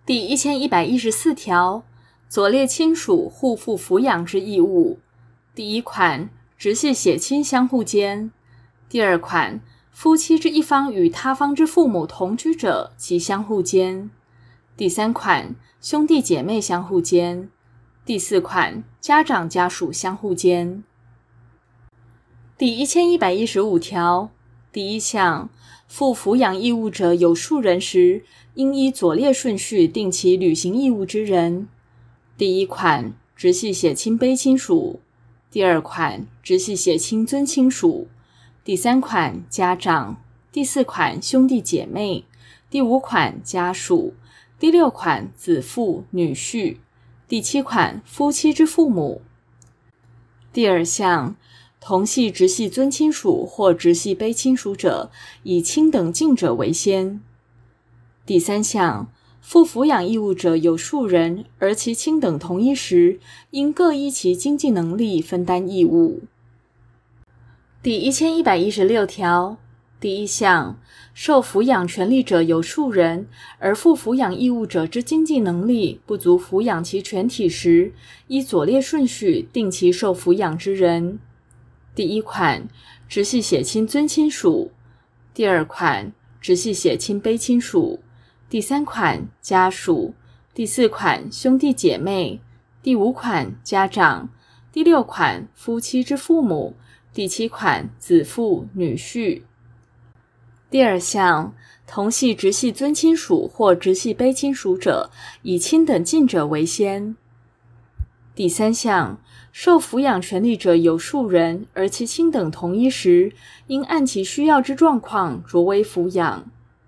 第1114条，左列亲属互负抚养之义务。第一款，直系血亲相互间；第二款，夫妻之一方与他方之父母同居者，其相互间；第三款，兄弟姐妹相互间；第四款，家长家属相互间。第1115条，第一项，负抚养义务者有数人时，应依左列顺序定其履行义务之人。第一款，直系血亲卑亲属；第二款，直系血亲尊亲属；第三款，家长；第四款，兄弟姐妹；第五款，家属；第六款，子父、女婿；第七款，夫妻之父母。第二项，同系直系尊亲属或直系卑亲属者，以亲等近者为先。第三项，负抚养义务者有数人，而其亲等同一时，应各依其经济能力分担义务。第1116条，第一项，受抚养权利者有数人，而负抚养义务者之经济能力不足抚养其全体时，依左列顺序定其受抚养之人。第一款，直系血亲尊亲属；第二款，直系血亲卑亲属；第三款，家属；第四款，兄弟姐妹；第五款，家长；第六款，夫妻之父母；第七款，子父、女婿。第二项，同系直系尊亲属或直系卑亲属者，以亲等近者为先。第三项，受抚养权利者有数人，而其亲等同一时，应按其需要之状况酌微抚养。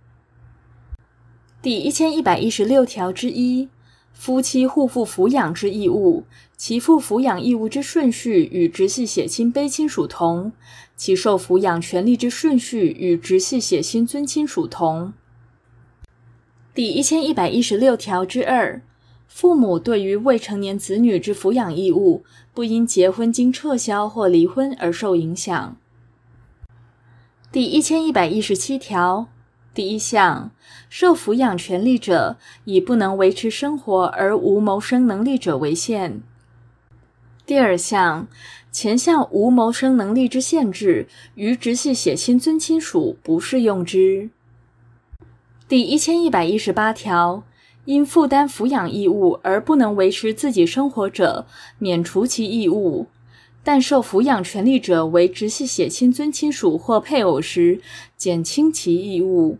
第1116条之一，夫妻互负抚养之义务，其负抚养义务之顺序与直系血亲卑亲属同，其受抚养权利之顺序与直系血亲尊亲属同。第1116条之二，父母对于未成年子女之抚养义务，不因结婚经撤销或离婚而受影响。第1117条，第一项，受抚养权利者，以不能维持生活而无谋生能力者为限。第二项，前项无谋生能力之限制，于直系血亲尊亲属不适用之。第1118条，因负担抚养义务而不能维持自己生活者，免除其义务，但受抚养权利者为直系血亲尊亲属或配偶时，减轻其义务。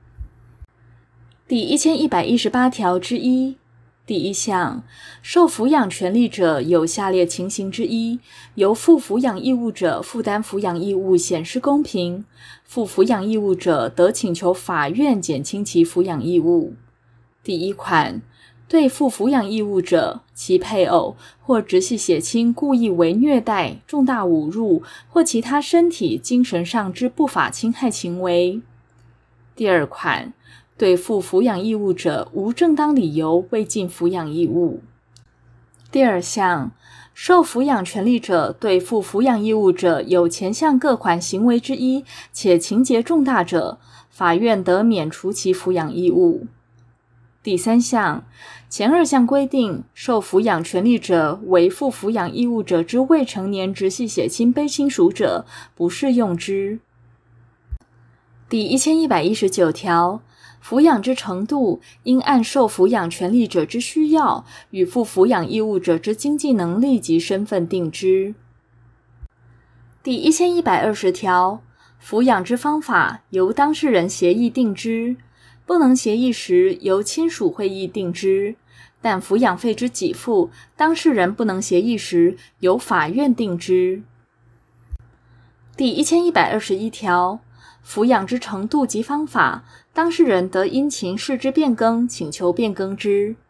第1118条之一，第一项，受抚养权利者有下列情形之一，由负抚养义务者负担抚养义务显失公平，负抚养义务者得请求法院减轻其抚养义务。第一款，对负抚养义务者，其配偶或直系血亲故意为虐待、重大侮辱或其他身体、精神上之不法侵害行为。第二款，对负抚养义务者无正当理由未尽抚养义务。第二项，受抚养权利者对负抚养义务者有前项各款行为之一，且情节重大者，法院得免除其抚养义务。第三项，前二项规定，受抚养权利者为负抚养义务者之未成年直系血亲卑亲属者，不适用之。第1119条，抚养之程度，应按受抚养权利者之需要与负抚养义务者之经济能力及身份定之。第1120条，抚养之方法，由当事人协议定之，不能协议时，由亲属会议定之，但抚养费之给付，当事人不能协议时，由法院定之。第1121条，抚养之程度及方法，当事人得因情事之变更请求变更之，